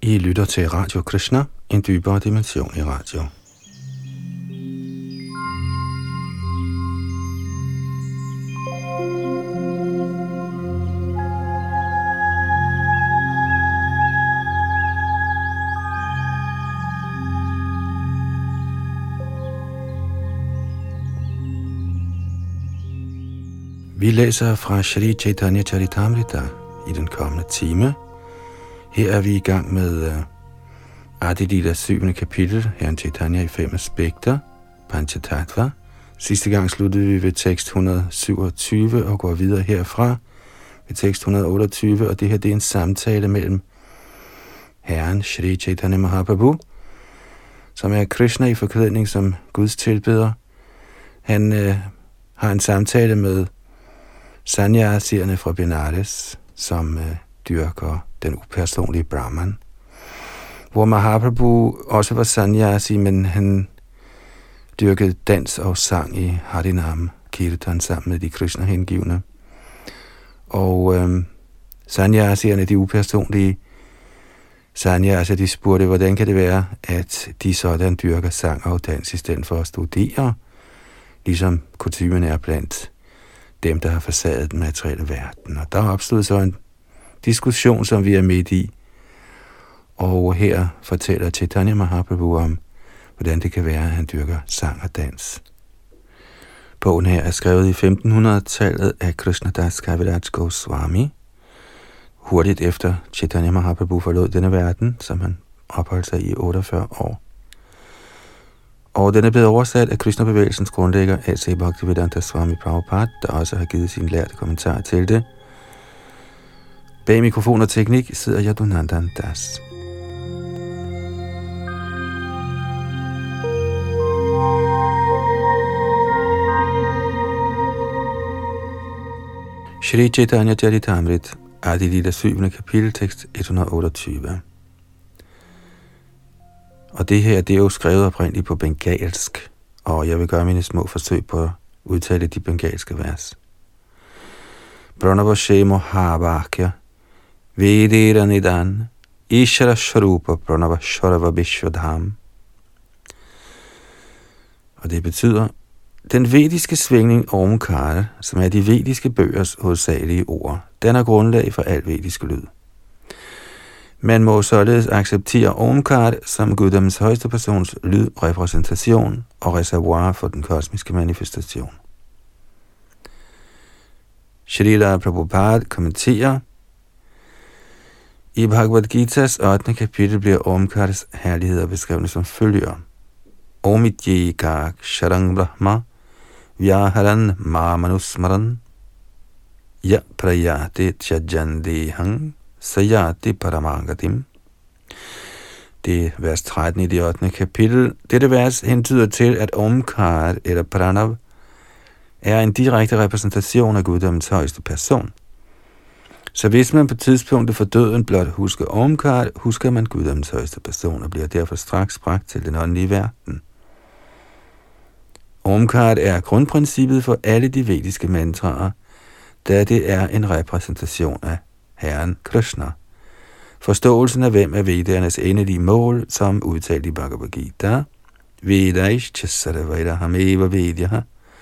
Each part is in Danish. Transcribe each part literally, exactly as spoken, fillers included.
I lytter til Radio Krishna, en dybere dimension i radio. Vi læser fra Shri Chaitanya Charitamrita i den kommende time. Her er vi i gang med uh, Adilita syvende kapitel, Herren Chaitanya i fem aspekter, Panchatattva. Sidste gang sluttede vi ved tekst et hundrede syvogtyve og går videre herfra ved tekst et hundrede otteogtyve, og det her det er en samtale mellem Herren Shri Chaitanya Mahaprabhu, som er Krishna i forklædning som Guds tilbeder. Han uh, har en samtale med sannyasierne fra Benares, som uh, dyrker den upersonlige Brahman, hvor Mahaprabhu også var sannyasi, men han dyrkede dans og sang i Harinam Kirtan sammen med de Krishna-hengivne. Og øhm, sannyasierne, de upersonlige sannyasier, de spurgte, hvordan kan det være, at de sådan dyrker sang og dans i stedet for at studere, ligesom kutymen er blandt dem, der har forsaget den materielle verden. Og der opstod så en diskussion, som vi er midt i. Og her fortæller Chaitanya Mahaprabhu om, hvordan det kan være, at han dyrker sang og dans. Bogen her er skrevet i femten hundrede-tallet af Krishnadas Kaviraj Goswami, hurtigt efter Chaitanya Mahaprabhu forlod denne verden, som han opholdt sig i otteogfyrre år. Og den er blevet oversat af Krishna-bevægelsens grundlægger A C Bhaktivedanta Swami Prabhupada, der også har givet sin lærte kommentar til det. Bag mikrofon og teknik sidder Yadunandan Das. Shri Chaitanya Charitamrita, Adilita syvende kapitel, tekst et hundrede otteogtyve. Og det her, det er jo skrevet oprindeligt på bengalsk, og jeg vil gøre mine små forsøg på at udtale de bengalske vers. Pranava Mohavakya Vedera Nidan Ishara Sharupa Pranava Sharava Vishwadham. Og det betyder, den vediske svingning Omkara, som er de vediske bøgers hovedsagelige ord, den er grundlag for al vedisk lyd. Man må således acceptere Omkara som guddommens højeste persons lydrepræsentation og reservoir for den kosmiske manifestation. Shrila Prabhupada kommenterer, i Bhagavad Gita's ottende kapitel bliver Omkaras herligheder beskrevet som følger. Omityekak sharang brahma vyaharan mamanusmaran ya prayate tjajandehang sayati paramagatim. Det er vers tretten i det ottende kapitel. Dette vers hentyder til, at Omkar eller Pranav er en direkte repræsentation af guddommens højeste person. Så hvis man på tidspunktet for døden blot husker Omkar, husker man guddommens højeste person og bliver derfor straks bragt til den åndelige verden. Omkar er grundprincippet for alle de vediske mantraer, da det er en repræsentation af Herren Krishna. Forståelsen af hvem er vedernes endelige mål, som udtalt i Bhagavad Gita, Vedaish Chasaravaidaham eva vedyaha.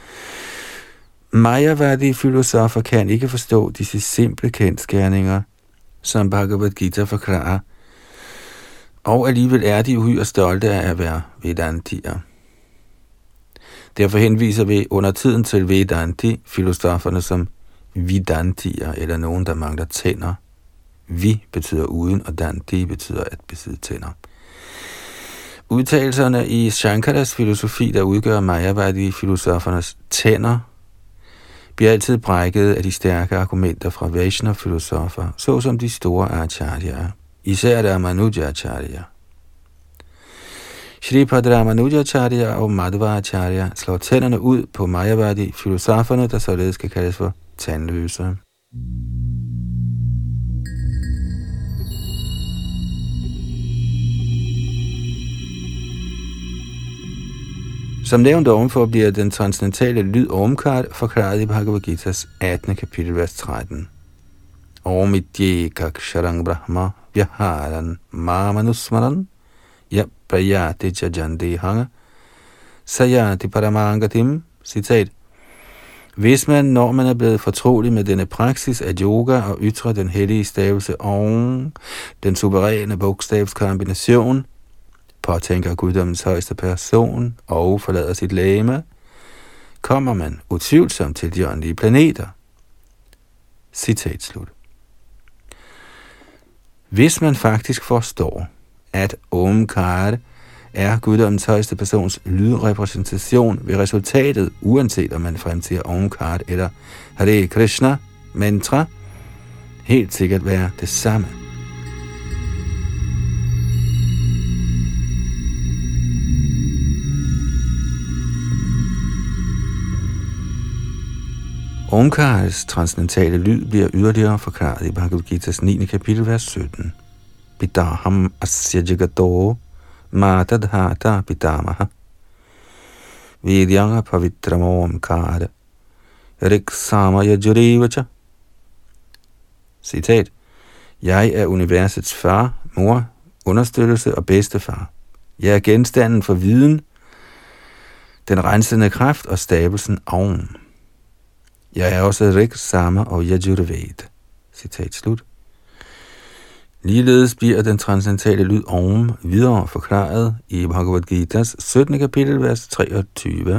Mayavadi filosofer kan ikke forstå disse simple kendskærninger, som Bhagavad Gita forklarer, og alligevel er de uhyre stolte af at være Vedantier. Derfor henviser vi under tiden til Vedanti filosoferne som Vidantier, eller nogen, der mangler tænder. Vi betyder uden, og Danti betyder at besidde tænder. Udtalelserne i Shankaras filosofi, der udgør Mayavadi-filosofernes tænder, bliver altid brækket af de stærke argumenter fra Vaishnava-filosofer, såsom de store acharyaer, især Ramanujacharya. Shripad Ramanujacharya og Madhvacharya slår tænderne ud på Mayavadi-filosoferne, der således skal kaldes for tandløse. Som nævnt ovenfor bliver den transcendentale lyd Omkar forklaret i Bhagavad Gita's attende kapitel, vers tretten. Omityekak sharang brahma Byaharan Mamanusmaran Yapayati Jajandi Hanga Sayati Paramangatim. Citat. Hvis man, når man er blevet fortrolig med denne praksis af yoga og ytrer den hellige stavelse Om, den suveræne bogstavskombination, påtænker guddommens højeste person og forlader sit legeme, kommer man utvivlsomt til de åndelige planeter. Citat slut. Hvis man faktisk forstår, at Omkar er guddommens højeste persons lydrepræsentation, ved resultatet, uanset om man fremtiger Omkar eller Hare Krishna mantra, helt sikkert være det samme. Omkars transcendentale lyd bliver yderligere forklaret i Bhagavad Gita's niende kapitel, vers sytten. Pitaham asya jagato matadhata pitamaha vidyanga pavitram omkara riksama yajurevacha. Citat. Jeg er universets far, mor, understøttelse og bedstefar. Jeg er genstanden for viden, den rensende kraft og stabelsen Om. Jeg er også Rik, Sama og Yajurved. Citat slut. Ligeledes bliver den transcendentale lyd Om videre forklaret i Bhagavad Gita's syttende kapitel, vers treogtyve.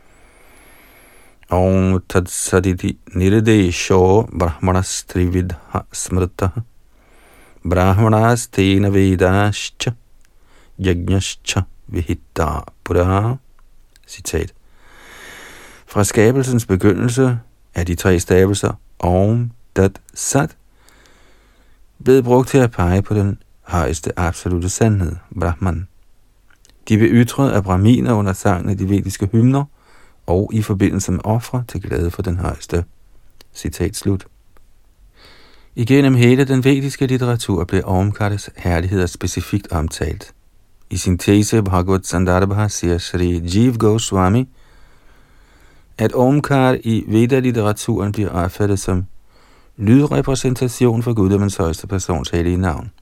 Om tatsaditi nirdesho brahmanas trividha smrta brahmanas tena vedascha yajnascha vihitta pura. Citat. Fra skabelsens begyndelse er de tre stavelser Om, Dat, Sat blevet brugt til at pege på den højeste absolute sandhed, Brahman. De blev ytret af brahminer under sangen af de vediske hymner og i forbindelse med ofre til glæde for den højeste. Citat slut. Igennem hele den vediske litteratur blev Omkars herligheder specifikt omtalt. I sin tese Bhagavad Sandarbha siger Shri Jiva Goswami, at Omkar i Veda-litteraturen bliver opfattet som lydrepræsentation for guddommens højeste persons hellige navn.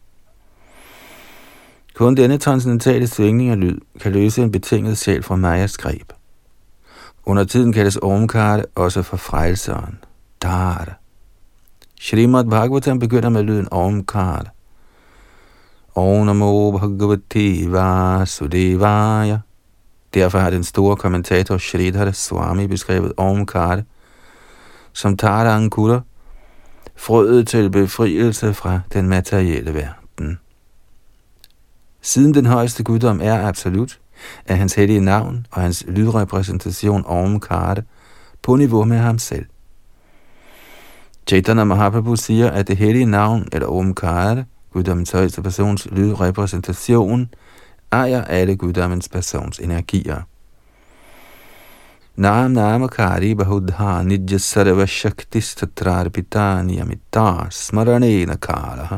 Kun denne transcendentale svingning af lyd kan løse en betinget sjæl fra Mayas greb. Under tiden kaldes Omkar også for frelseren, Dara. Srimad Bhagavatam begynder med lyden Omkar. Om namo bhagavati vasudevaya. Derfor har den store kommentator Sridhara Swami beskrevet Omkar som Tara Ankura, frøet til befrielse fra den materielle verden. Siden den højeste guddom er absolut, er hans hellige navn og hans lydrepræsentation Omkar på niveau med ham selv. Chaitanya Mahaprabhu siger, at det hellige navn, eller Omkar, guddommens højeste persons lydrepræsentation, ejer alle guddommens persons energier. Nam namakari bahudha nidya sarva shaktis tatrarpita niyamita smaranena kalaha.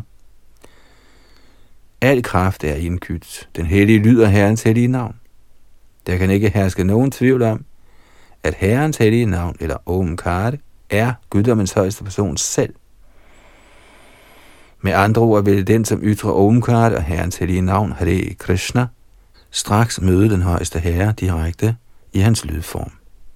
Al kraft er indkydt. Den hellige lyd af Herrens hellige navn. Der kan ikke herske nogen tvivl om, at Herrens hellige navn, eller Omkar, er guddommens højeste person selv. Med andre ord vil den, som ytrer Omkar og Herrens hellige navn, Hare Krishna, straks møde den højeste herre direkte i hans lydform.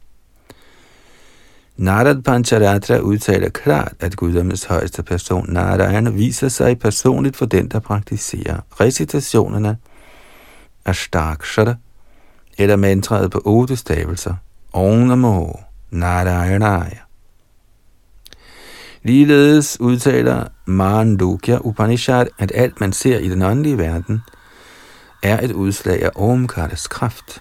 Narad Pancharatra udtaler klart, at guddommens højeste person, Narayana, viser sig personligt for den, der praktiserer recitationerne Ashtakshara, eller mantraet på otte stavelser, Om Namo Narayanaya. Ligeledes udtaler Mandukya Upanishad, at alt man ser i den åndelige verden, er et udslag af Omkaras kraft.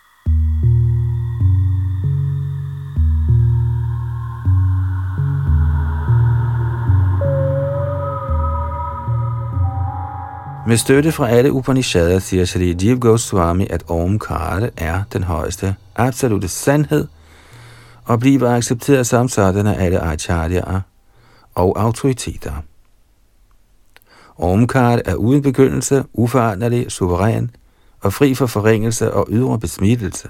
Med støtte fra alle Upanishader siger Shri Jiva Goswami, at Omkar er den højeste absolute sandhed, og bliver accepteret som sådan af alle acharyaer og autoriteter. Omkar er uden begyndelse, uforanderlig, suveræn og fri for forringelse og ydre besmittelse.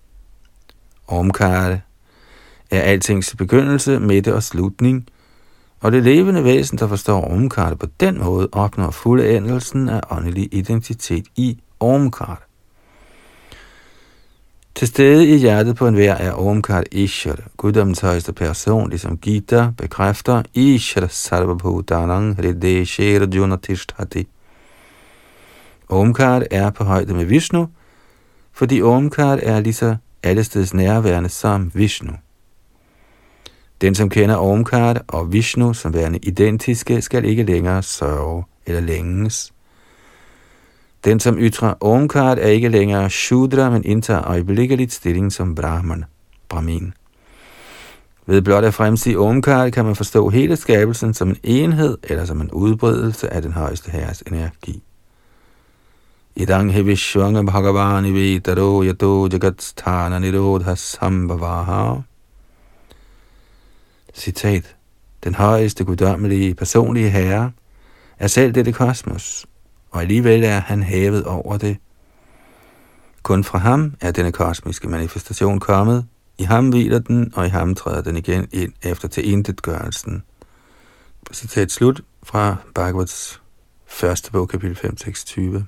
Omkar er altings begyndelse, midte og slutning, Og det levende væsen, der forstår Omkar på den måde, opnår fuldendelsen af åndelig identitet i Omkar. Til stede i hjertet på enhver er Omkar Ishar, guddommens højeste person, ligesom Gita bekræfter Ishar Sarvabhutanang Hrideshe Arjuna Tishtati. Omkar er på højde med Vishnu, fordi Omkar er lige så allesteds nærværende som Vishnu. Den, som kender Omkar og Vishnu som værende identiske, skal ikke længere sørge eller længes. Den, som ytrer Omkar, er ikke længere Shudra, men indtager øjeblikkeligt stilling som Brahman, Brahmin. Ved blot at fremsige Omkar kan man forstå hele skabelsen som en enhed eller som en udbredelse af den højeste herres energi. Idang he vishwanga bhagavani vetaro yato jagatstana nirodha sambhavaha. Citat. Den højeste guddommelige personlige herre er selv dette kosmos, og alligevel er han hævet over det. Kun fra ham er denne kosmiske manifestation kommet, i ham hviler den, og i ham træder den igen ind efter tilintetgørelsen. Citat slut fra Bhagavats første bog, kapitel fem seksogtyve.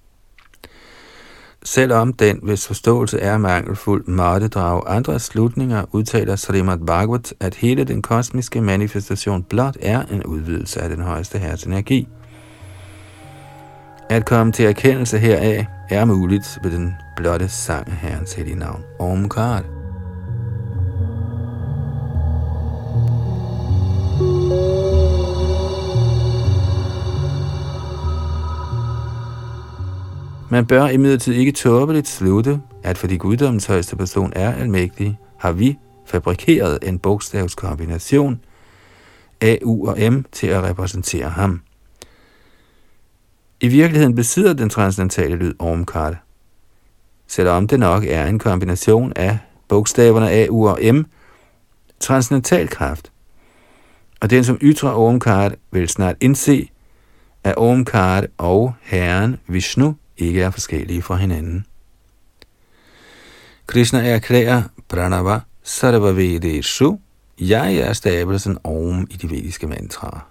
Selvom den, hvis forståelse er mangelfuld, måtte drage andre slutninger, udtaler Srimad Bhagavat, at hele den kosmiske manifestation blot er en udvidelse af den højeste herres energi. At komme til erkendelse heraf er muligt ved den blotte sang af herrens hellige navn, Omkar. Man bør imidlertid ikke tåbeligt slutte, at fordi guddommens højeste person er almægtig, har vi fabrikeret en bogstavskombination A, U og M til at repræsentere ham. I virkeligheden besidder den transcendentale lyd Omkar, selvom det nok er en kombination af bogstaverne A, U og M, transcendental kraft. Og den, som ytrer Omkar, vil snart indse, at Omkar og Herren Vishnu ikke er forskellige fra hinanden. Krishna erklærer Pranava Sarva Vedeshu, jeg er stabelsen Om i de vediske mantraer.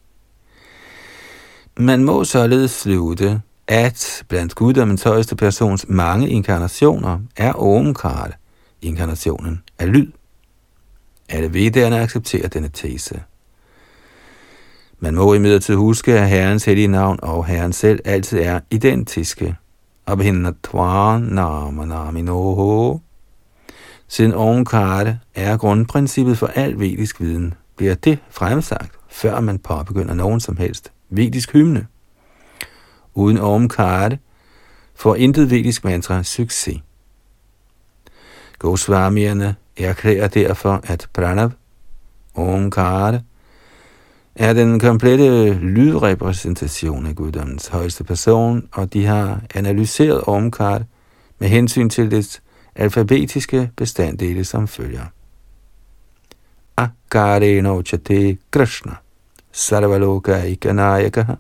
Man må således slutte, at blandt guddommens højeste persons mange inkarnationer er Omkar, inkarnationen af lyd. Alle vedderne accepterer denne tese. Man må imidlertid huske, at Herrens hellige navn og Herren selv altid er identiske. Abhinatva nama naminoho. Siden Omkar er grundprincippet for al vedisk viden, bliver det fremsagt, før man påbegynder nogen som helst vedisk hymne. Uden Omkar får intet vedisk mantra succes. Goswamierne erklærer derfor, at Pranav, Omkar, er den komplette lydrepræsentation af guddommens højeste person, og de har analyseret Omkar med hensyn til dets alfabetiske bestanddele som følger. Akareno chate Krishna, sarvaloka ikanayakaha,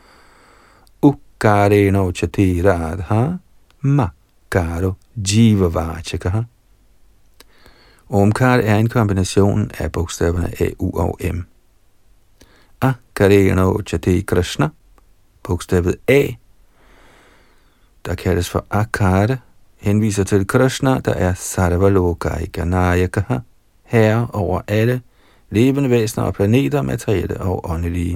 ukareno chate radha, makaro jivavachakaha. Omkar er en kombination af bogstaverne A, U og M. Akareno chate Krishna, bogstavet A, der kaldes for Akar, henviser til Krishna, der er Sarvaloka Nayakaha, herre over alle levende væsener og planeter, materielle og åndelige.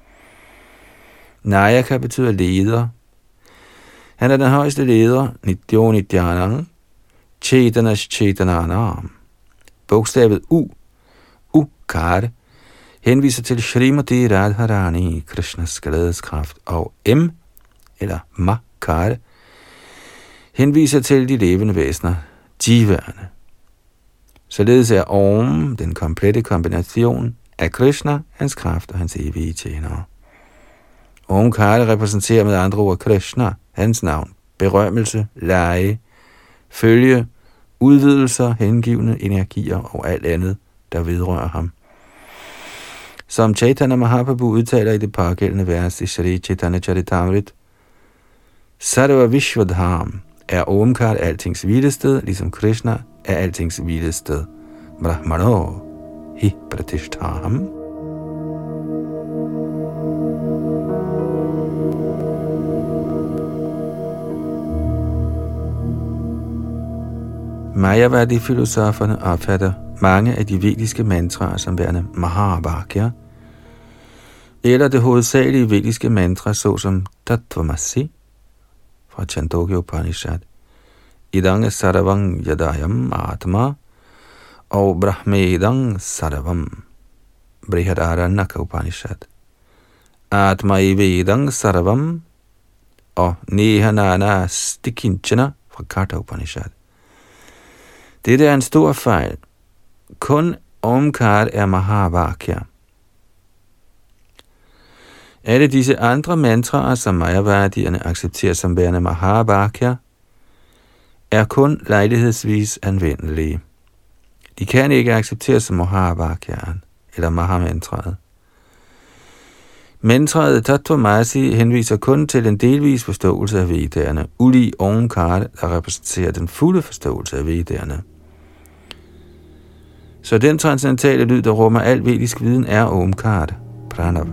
Nayaka betyder leder. Han er den højeste leder, Nityo Nityanang, Chetanas Chetananam. Bogstavet U, Ukar, henviser til Shrimati Radharani, Krishnas glædeskraft, og M, eller Makar, henviser til de levende væsener, jivaerne. Således er Om den komplette kombination af Krishna, hans kraft og hans evige tjenere. Omkar repræsenterer med andre ord Krishna, hans navn, berømmelse, leje, følge, udvidelser, hengivne energier og alt andet, der vedrører ham. Som Chaitanya Mahaprabhu udtaler i det pågældende vers i Shri Chaitanya Charitamrita, Sarva Vishwadham er Omkar altings hvilested, ligesom Krishna er altings hvilested. Brahmano hi pratistham. Mayavadi-filosoferne opfatter mange af de vediske mantraer som værende Mahavakya, eller det hovedsagelige vediske mantra, såsom Tattvamasi fra Chandogya Upanishad, Idang Sarvam Yadayam Atma og Brahmedang Sarvam, Brihadaranyaka Upanishad, Atma Ivedang Sarvam og Nehanana Stikinchana fra Katha Upanishad. Dette er en stor fejl. Kun Omkar er Mahavakya. Alle disse andre mantraer, som Mayavadierne accepterer som værende Mahavakya, er kun lejlighedsvis anvendelige. De kan ikke accepteres som Mahavakyaen eller Mahamantraet. Mantraet Tattvamasi henviser kun til en delvis forståelse af Vedderne, ulig Omkar, der repræsenterer den fulde forståelse af Vedderne. Så den transcendentale lyd, der rummer al vedisk viden, er Omkar, Pranav.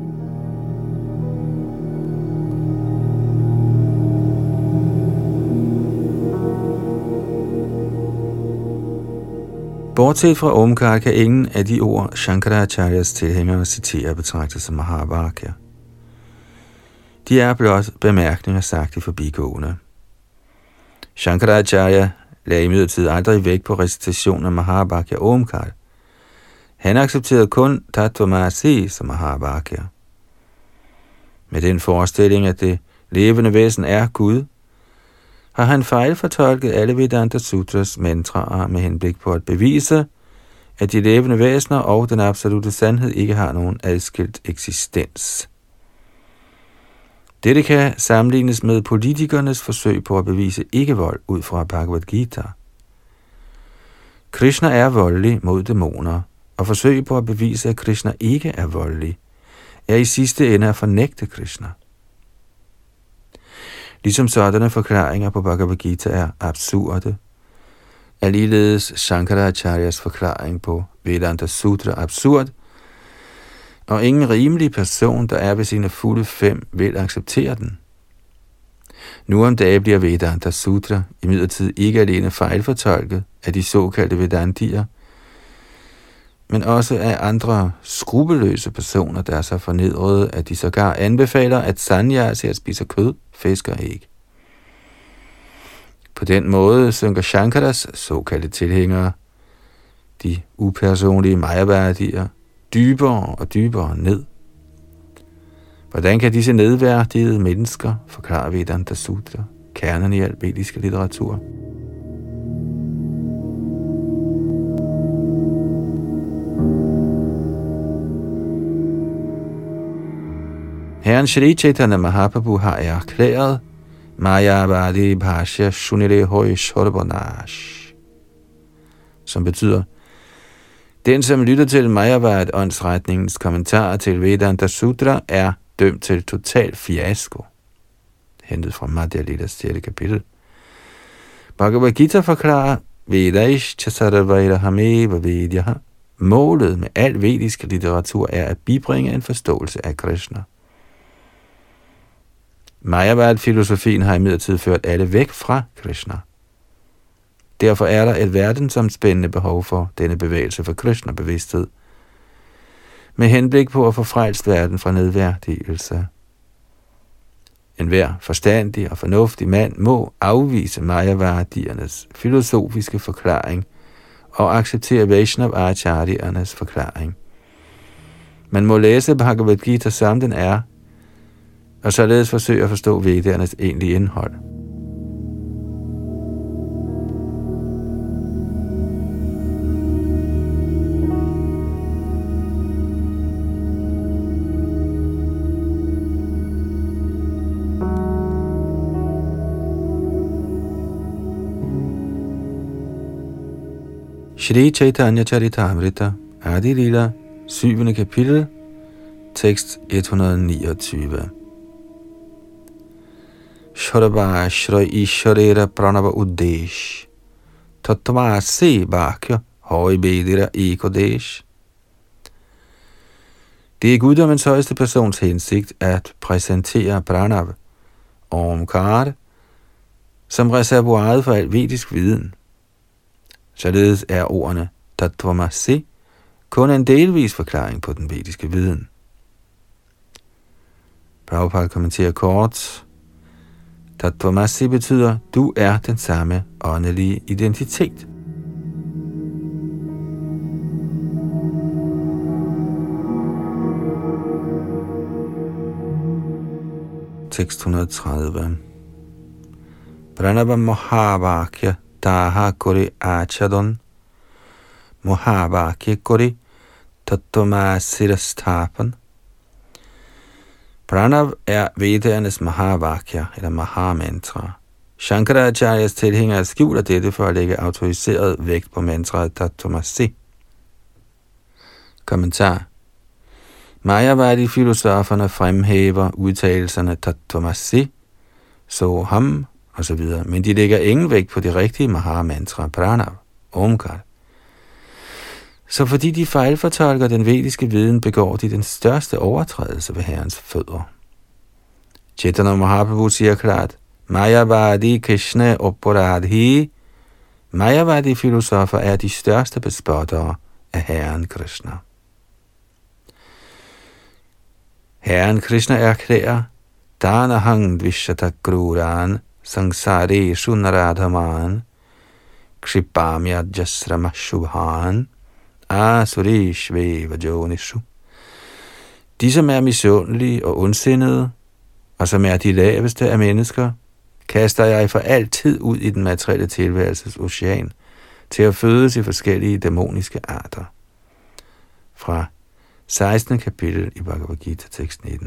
Bortset fra Omkar kan ingen af de ord, Shankaracharyas tilhængere citerer, betragtes som Mahavakya. De er blot bemærkninger sagt i forbigående. Shankaracharya lagde imidlertid aldrig vægt på recitationen af Mahavakya Omkar. Han accepterede kun Tattvamasi som Mahavakya. Med den forestilling, at det levende væsen er Gud, har han fejlfortolket alle Vedanta Sutras mantraer med henblik på at bevise, at de levende væsener og den absolute sandhed ikke har nogen adskilt eksistens. Dette kan sammenlignes med politikernes forsøg på at bevise ikke-vold ud fra Bhagavad Gita. Krishna er voldelig mod dæmoner, og forsøg på at bevise, at Krishna ikke er voldelig, er i sidste ende at fornægte Krishna. Ligesom sådanne forklaringer på Bhagavad Gita er absurde, er ligeledes Shankaracharyas forklaring på Vedanta Sutra absurd, og ingen rimelig person, der er ved sine fulde fem, vil acceptere den. Nu om dagen bliver Vedanta Sutra imidlertid ikke alene fejlfortolket af de såkaldte Vedantier, men også af andre skrupelløse personer, der er så fornedrede, at de sågar anbefaler, at sannyasier spiser kød, fisk og æg. På den måde synker Shankaras såkaldte tilhængere, de upersonlige Mayavadier, dybere og dybere ned. Hvordan kan disse nedværdigede mennesker forklare Vedanta Sutra, kernen i al vedisk litteratur? Herren Shri Chaitanya Mahaprabhu har erklæret Mayavadi Bhashya Shunile Hoi Shorvanash, som betyder, den som lytter til Mayavad åndsretningens kommentarer til Vedanta Sutra er dømt til total fiasko. Hentet fra Madhya Litas sjette kapitel. Bhagavad Gita forklarer, Vedaish Chasaravaira Hameva Vedyaha. Målet med al vedisk litteratur er at bibringe en forståelse af Krishna. Mayavad-filosofien har imidlertid ført alle væk fra Krishna. Derfor er der et verdensomspændende behov for denne bevægelse for Krishna-bevidsthed, med henblik på at få frelst verden fra nedværdigelse. Enhver forstandig og fornuftig mand må afvise Mayavadiernes filosofiske forklaring og acceptere Vaishnav-achariernes forklaring. Man må læse Bhagavad Gita, som den er, og således forsøge at forstå Vedernes egentlige indhold. Shri Chaitanya Charitamrita, Adi Lila, syvende kapitel, tekst et hundrede niogtyve. Shoraba Shray Isharera Pranava Uddesh Tattvamasi Bhakya Hoi Vedira Ekodesh. Det er guddommens højeste persons hensigt at præsentere Pranav, Omkar, som reservoiret for al vedisk viden. Således er ordene Tattvamasi kun en delvis forklaring på den vediske viden. Prabhupada kommenterer kort. Tattvamasi betyder, du er den samme åndelige identitet. Tekst et hundrede og tredive. Pranava Mohavakya Taha Kori Achadon Mohavakya Kori Tattvamasi-rastapan. Pranav er Vedernes Mahavakya eller Mahamantra. Shankaracharyas tilhængere skjuler dette for at lægge autoriseret vægt på mantraet Tattvamasi. Kommentar. Mayavadi-filosoferne fremhæver udtalelserne Tattvamasi, Soham osv., men de lægger ingen vægt på det rigtige Mahamantra Pranav, Omkar. Så fordi de fejlfortolker den vediske viden, begår de den største overtrædelse ved Herrens fødder. Chaitanya Mahaprabhu siger klart, Mayavadi Krishna Uparadhi. Mayavadi-filosofer er de største bespottere af Herren Krishna. Herren Krishna erklærer, Danahang Dvishyatakruran Sangsareshu Naradhaman Kripamya Jasrama Shubhan Asurishve Vajonishu. De, som er misundelige og ondsindede, og som er de laveste af mennesker, kaster jeg for altid ud i den materielle tilværelses ocean til at fødes i forskellige dæmoniske arter. Fra sekstende kapitel i Bhagavad Gita, tekst nitten.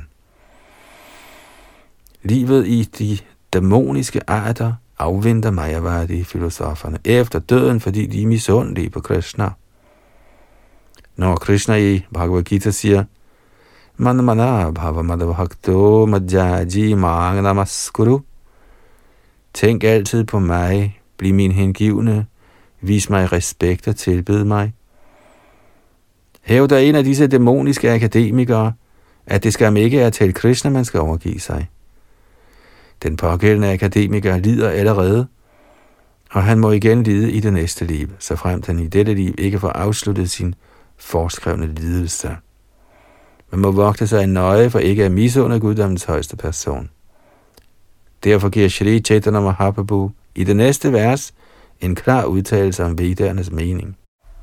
Livet i de dæmoniske arter afventer Mayavadi-filosoferne efter døden, fordi de er misundelige på Krishna. Når Krishna i Bhagavad Gita siger, Manamana bhava madhavakto madhyaji mang namaskuru. Tænk altid på mig, bliv min hengivne, vis mig respekt og tilbed mig. Hævder en af disse dæmoniske akademikere, at det skam ikke er til Krishna, man skal overgive sig. Den pågældende akademiker lider allerede, og han må igen lide i det næste liv, så fremt han i dette liv ikke får afsluttet sin forskrevne lidelse. Man må vogte sig nøje for ikke at misunde guddommens højeste person. Derfor giver Shri Chaitanya Mahaprabhu i det næste vers en klar udtalelse om vedernes mening.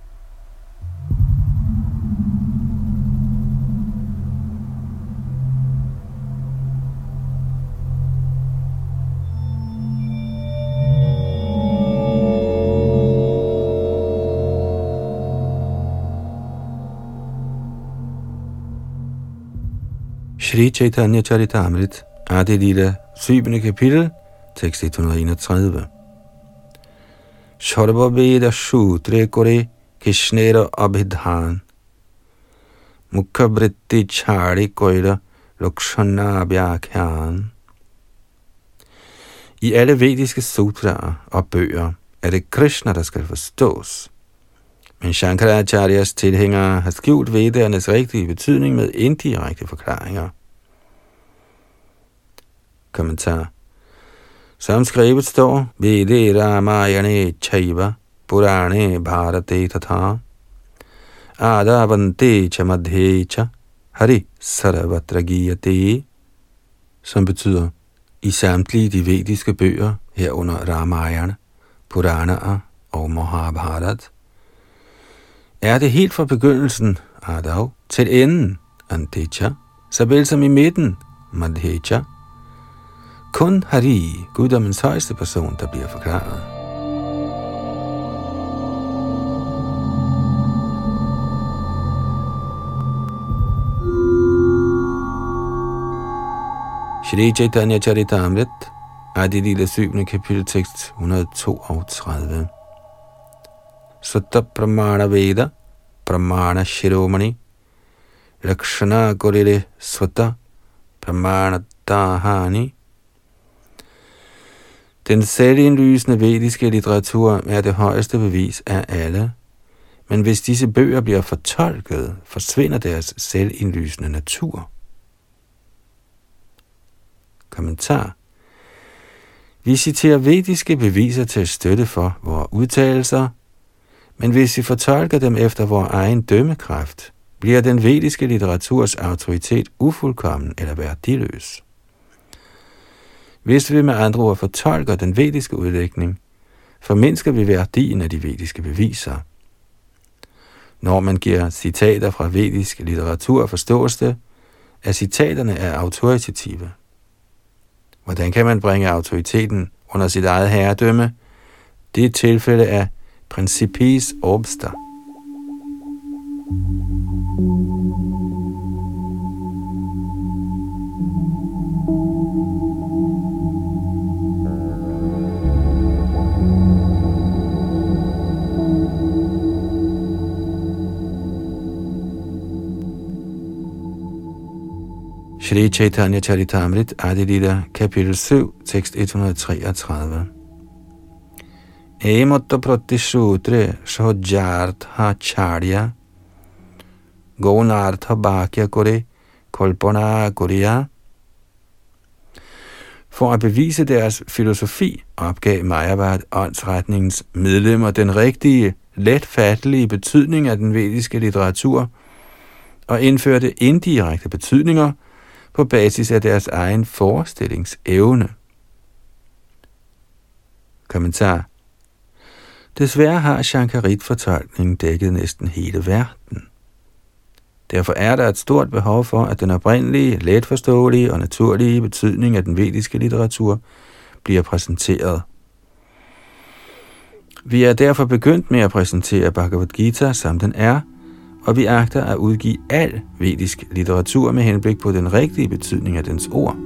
Shri Chaitanya Charitamrit, Adi Lila, syvende kapitel, tekst et hundrede og enogtredive. Sharva Veda Shutre Kore Kishnera Abhidhan Mukha Vritti Chari Koira Lakshana Vyakhan. I alle vediske sutraer og bøger er det Krishna, der skal forstås. Men Shankaracharyas tilhængere har skjult vedernes rigtige betydning med indirekte forklaringer. Kommentar. Som skrevet står, Vede Ramayane Chaiva Purane Bharate Tatha Adavante Chamadhecha Hari Saravatra Giyate, som betyder, i samtlige de vediske bøger, herunder Ramayana, Puranaer og Mahabharat, er det helt fra begyndelsen, Adav, til enden, Antecha, såvel som i midten, Madhecha, kun Hari, guddommens højeste person, der bliver forklaret. Shri Chaitanya Charitamrit, Adi Lila syvende kapitel, tekst et hundrede og toogtredive. Sutta Pramana Veda, Pramana Shiromani, Lakshana Gorire Sutta, Pramana Dahani. Den selvindlysende vediske litteratur er det højeste bevis af alle, men hvis disse bøger bliver fortolket, forsvinder deres selvindlysende natur. Kommentar. Vi citerer vediske beviser til støtte for vores udtalelser, Men hvis vi fortolker dem efter vores egen dømmekraft, bliver den vediske litteraturs autoritet ufuldkommen eller værdiløs. Hvis vi med andre ord fortolker den vediske udlægning, formindsker vi værdien af de vediske beviser. Når man giver citater fra vedisk litteratur, forstås det, at citaterne er autoritative. Hvordan kan man bringe autoriteten under sit eget herredømme? Det er et tilfælde af principis obsta. Shri Chaitanya Charitamrit, Adi Lila, kapitel syv, tekst et hundrede treogtredive. Emotta pratishutre shojartha charya gonartha bhakya kore kolpana korea. For at bevise deres filosofi opgav Mayavad åndsretningens medlemmer den rigtige, letfattelige betydning af den vediske litteratur og indførte indirekte betydninger på basis af deres egen forestillingsevne. Kommentar. Desværre har Shankarit-fortolkningen dækket næsten hele verden. Derfor er der et stort behov for, at den oprindelige, letforståelige og naturlige betydning af den vediske litteratur bliver præsenteret. Vi er derfor begyndt med at præsentere Bhagavad Gita, som den er, og vi agter at udgive al vedisk litteratur med henblik på den rigtige betydning af dens ord.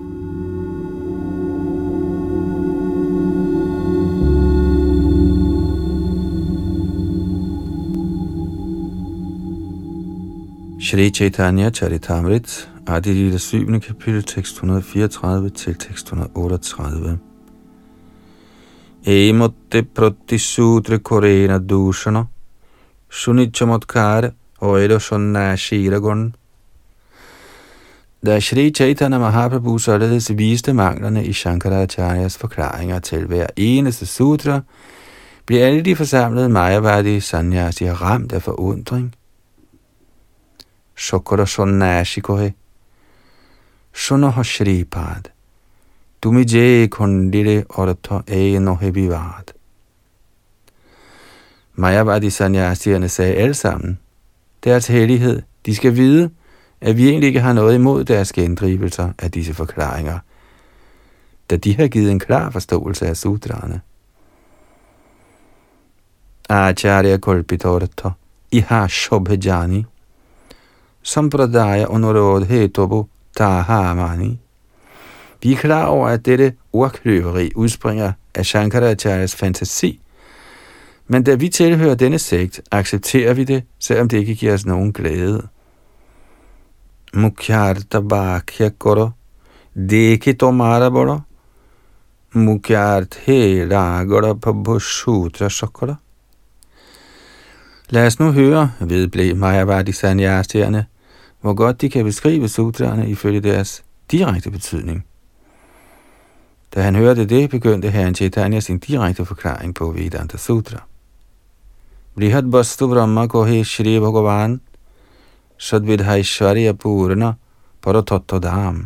Shri Chaitanya Charitamrit, Adi Lila syvende kapitel, tekst et hundrede fireogtredive til tekst et hundrede otteogtredive. Emotte pratisudre korena dushana, shunichamotkare, Oedo Shonashiragon. Da Shri Chaitanya Mahaprabhu således viste manglerne i Shankaracharyas forklaringer til hver eneste sutra, blev alle de forsamlede Mayavadi sanyasier ramt af forundring. Shokara Shonashikohe Shunoha Shripad Dumije Kondire Orto Enohe Bivad. Mayavadi sanyasierne sagde alle sammen: Deres hellighed, de skal vide, at vi egentlig ikke har noget imod deres gendrivelser af disse forklaringer, da de har givet en klar forståelse af sutraerne. Acharya Kolpitortha Iha Shobhajani Sampradaya Onorod Hetobo Tahamani. Vi er klar over, at dette ordkløveri udspringer af Shankaracharyas fantasi, men da vi tilhører denne sekt, accepterer vi det, selvom det ikke giver os nogen glæde. Mukyarta bhakya koro, dekhi tomara boro, mukyart he ragara pabhushutra sakara. Lad os nu høre, vedblev Mayavadi sanyasierne, hvor godt de kan beskrive sutraerne ifølge deres direkte betydning. Da han hørte det, begyndte herren Chaitanya sin direkte forklaring på Vedanta Sutra. Brihad Vastu Brahma Kohe Shri Bhagavan Sadvidhaishwarya Purna Paratattadam.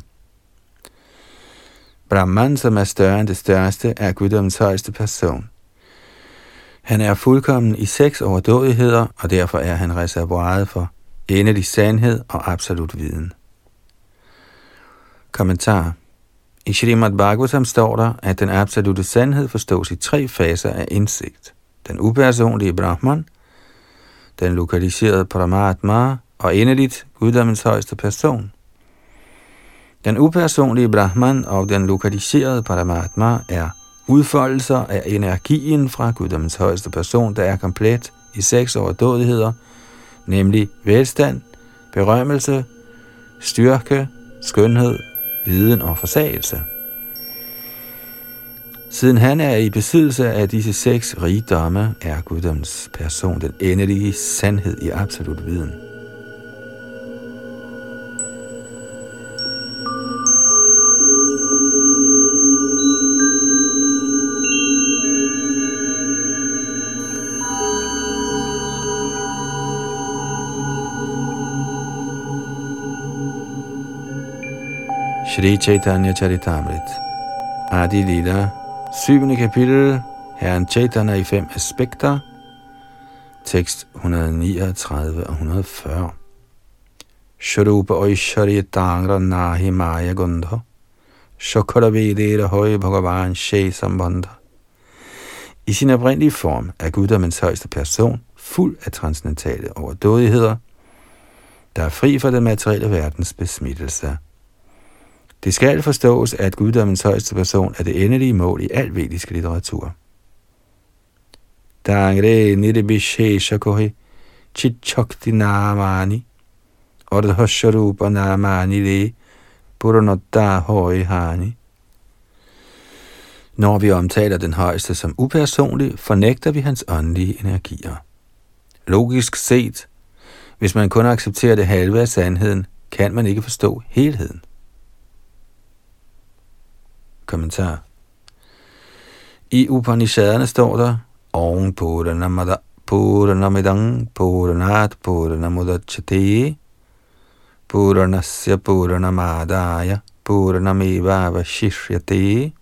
Brahman, som er større end det største, er guddommens højeste person. Han er fuldkommen i seks overdådigheder, og derfor er han reservoiret for endelig sandhed og absolut viden. Kommentar. I Srimad Bhagavatam står der, at den absolute sandhed forstås i tre faser af indsigt. Den upersonlige Brahman, den lokaliserede Paramatma og endeligt guddommens højeste person. Den upersonlige Brahman og den lokaliserede Paramatma er udfoldelser af energien fra guddommens højeste person, der er komplet i seks overdådigheder, nemlig velstand, berømmelse, styrke, skønhed, viden og forsagelse. Siden han er i besiddelse af disse seks rigdomme, er guddommens person den endelige sandhed i absolut viden. Shri Chaitanya Charitamrit, Adi Lila, syvende kapitel, Herren Chaitanya i fem aspekter, tekst et hundrede og niogtredive og et hundrede og fyrre. Shrupa Oishari Tangra Nahi Maya Gundha, Shokara Vedera Høje Bhagavan Shai Sambandha. I sin oprindelige form er guddommens højeste person fuld af transcendentale overdådigheder, der er fri for den materielle verdens besmittelse. Det skal forstås, at guddommens højeste person er det endelige mål i al vedisk litteratur. Dangre nirvisheshakohi chichokti namani ardhasharupa namani le puranotta høje hani. Når vi omtaler den højeste som upersonlig, fornægter vi hans åndelige energier. Logisk set, hvis man kun accepterer det halve af sandheden, kan man ikke forstå helheden. Kommentar. I Upanishaderne står der Om Puranamada Puranamidang Puranat Puranamudachate Puranasya Puranamadaya Puranameva Vashishyate.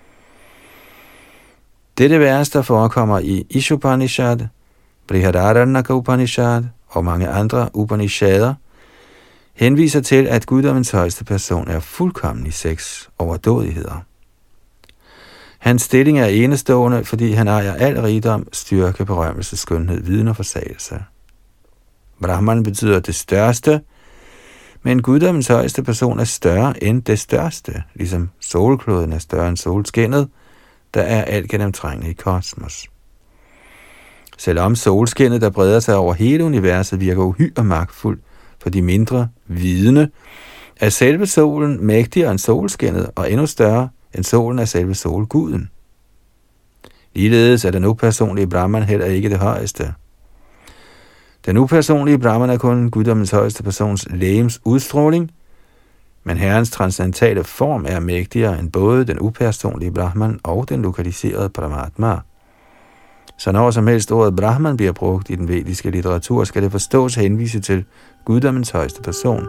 Dette vers, der forekommer i Ishopanishad, Brihadaranyaka Upanishad og mange andre Upanishader, henviser til, at guddommens højeste person er fuldkommen i seks overdådigheder. Hans stilling er enestående, fordi han ejer al rigdom, styrke, berømmelse, skønhed, viden og forsagelse. Brahman betyder det største, men guddommens højeste person er større end det største, ligesom solkloden er større end solskinnet, der er alt gennemtrængende i kosmos. Selvom solskinnet, der breder sig over hele universet, virker uhyre magtfuldt for de mindre vidende, er selve solen mægtigere end solskinnet og endnu større end solen er selve solguden. Ligeledes er den upersonlige Brahman heller ikke det højeste. Den upersonlige Brahman er kun guddommens højeste persons legems udstråling, men Herrens transcendentale form er mægtigere end både den upersonlige Brahman og den lokaliserede Paramatma. Så når som helst ordet Brahman bliver brugt i den vediske litteratur, skal det forstås henvise til guddommens højeste person.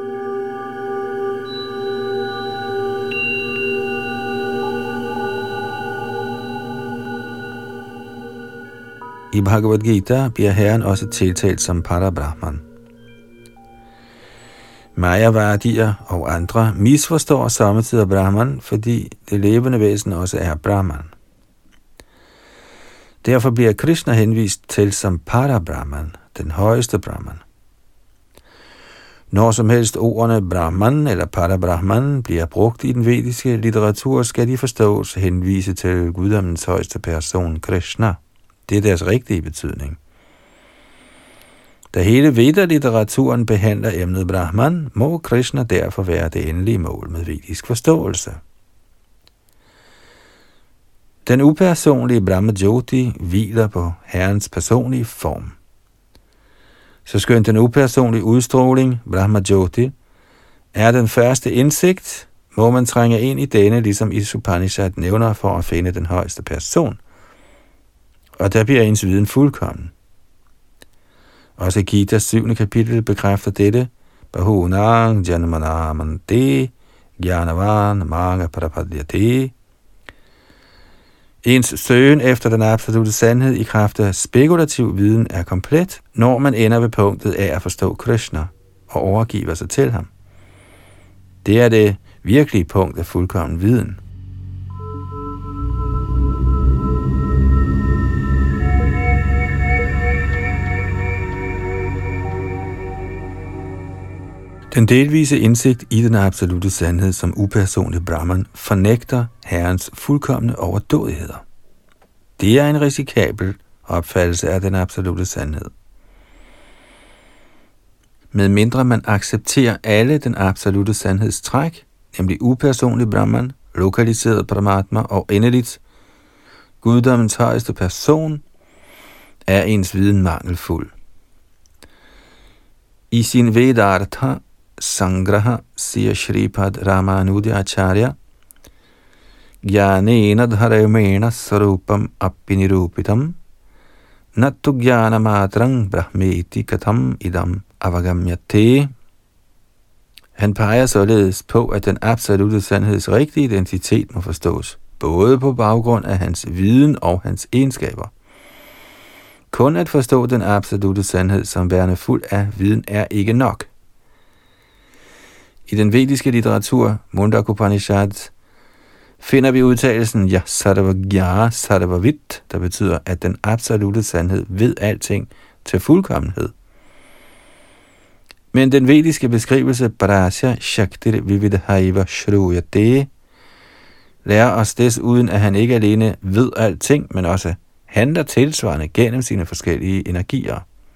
I Bhagavad Gita bliver Herren også tiltalt som Parabrahman. Mayavadier og andre misforstår samtidig Brahman, fordi det levende væsen også er Brahman. Derfor bliver Krishna henvist til som Parabrahman, den højeste Brahman. Når som helst ordene Brahman eller Parabrahman bliver brugt i den vediske litteratur, skal de forstås henvise til guddommens højeste person, Krishna. Det er deres rigtige betydning. Da hele Veda-litteraturen behandler emnet Brahman, må Krishna derfor være det endelige mål med vedisk forståelse. Den upersonlige Brahma Jyoti hviler på Herrens personlige form. Så skønt den upersonlige udstråling, Brahma Jyoti, er den første indsigt, må man trænge ind i denne, ligesom Ishopanishad nævner, for at finde den højeste person. Og der bliver ens viden fuldkommen. Også Gitas syvende kapitel bekræfter dette. Bahunang janmanamante gyanavan manga parapadyate. Ens søgen efter den absolute sandhed i kraft af spekulativ viden er komplet, når man ender ved punktet af at forstå Krishna og overgiver sig til ham. Det er det virkelige punkt af fuldkommen viden. Den delvise indsigt i den absolute sandhed som upersonlig Brahman fornægter Herrens fuldkomne overdådigheder. Det er en risikabel opfattelse af den absolute sandhed. Med mindre man accepterer alle den absolute sandhedstræk, nemlig upersonlig Brahman, lokaliseret Paramatma og endeligt guddommens højeste person, er ens viden mangelfuld. I sin Vedartha Sangraha siger Shripad Ramanuja Acharya, Gyanena dharamena sarupam appinirupitam nattu gyana matrang brahmeti katham idam avagamyate. Han peger således på, at den absolute sandheds rigtige identitet må forstås, både på baggrund af hans viden og hans egenskaber. Kun at forstå den absolute sandhed som værende fuld af viden er ikke nok. I den vediske litteratur, Mundaka Upanishad, finder vi udtalelsen Ja Sarvagya Sarvavit, der betyder, at den absolute sandhed ved alting til fuldkommenhed. Men den vediske beskrivelse Parasya Shaktir Vividhaiva Shruyate lærer os desuden, at han ikke alene ved alting, men også handler tilsvarende gennem sine forskellige energier.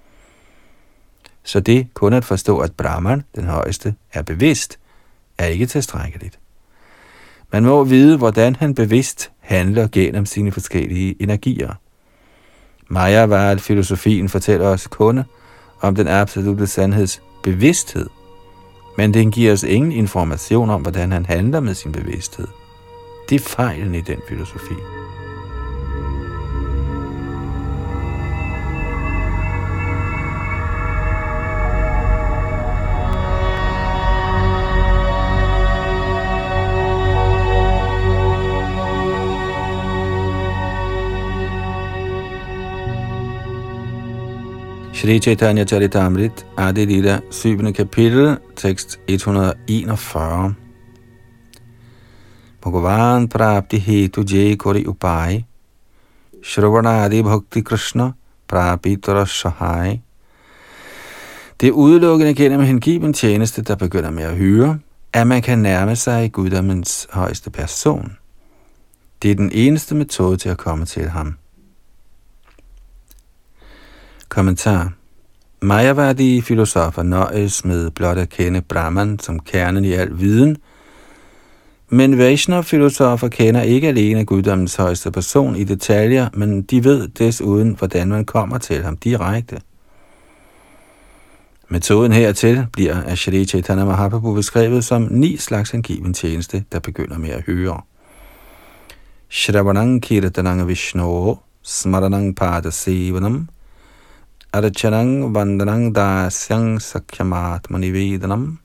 Så det kun at forstå, at Brahman, den højeste, er bevidst, er ikke tilstrækkeligt. Man må vide, hvordan han bevidst handler gennem sine forskellige energier. Mayavad-filosofien fortæller os kun om den absolute sandheds bevidsthed, men den giver os ingen information om, hvordan han handler med sin bevidsthed. Det er fejlen i den filosofi. Shri Chaitanya Charitamrit, Adi Lila, syvende kapitel, tekst et hundrede og enogfyrre. Bhagavan prapti hetu jay kori upai, Shravanadi bhakti Krishna prapitara sahai. Det er udelukkende gennem hengiven tjeneste, der begynder med at høre, at man kan nærme sig guddommens højeste person. Det er den eneste metode til at komme til ham. Kommentar. Mayavadi filosofer nøjes med blot at kende Brahman som kernen i al viden, men Vaishnav-filosofer kender ikke alene guddommens højeste person i detaljer, men de ved desuden, hvordan man kommer til ham direkte. Metoden hertil bliver af Shri Chaitanya Mahaprabhu beskrevet som ni slags hengiven tjeneste, der begynder med at høre. Shravanang kirtanang vishno, smaranang padasevanam, Arachanang vandanang dasyang sakyamatma nivedanam.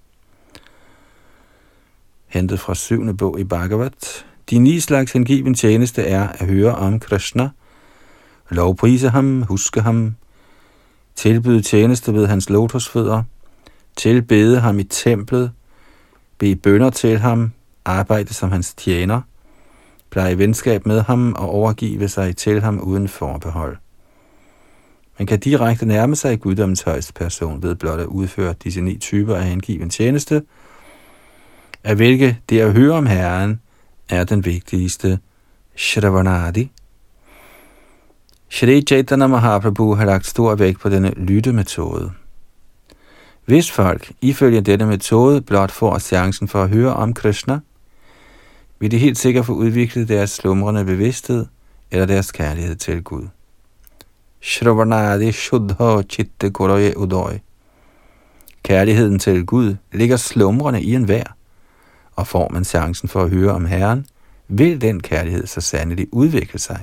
Hentet fra syvende bog i Bhagavad. De ni slags hengiven tjeneste er at høre om Krishna, lovprise ham, huske ham, tilbyde tjeneste ved hans lotusfødder, tilbede ham i templet, bede bønner til ham, arbejde som hans tjener, pleje venskab med ham og overgive sig til ham uden forbehold. Man kan direkte nærme sig guddommens højeste person ved blot at udføre disse ni typer af hengiven tjeneste, af hvilke det at høre om Herren er den vigtigste, Shravanadi. Shri Chaitanya Mahaprabhu har lagt stor vægt på denne lyttemetode. Hvis folk ifølge denne metode blot får chancen for at høre om Krishna, vil de helt sikkert få udviklet deres slumrende bevidsthed eller deres kærlighed til Gud. Shravanadi shuddha chitte koroye udoy. Kærligheden til Gud ligger slumrende i enhver, og får man chancen for at høre om Herren, vil den kærlighed så sandelig udvikle sig.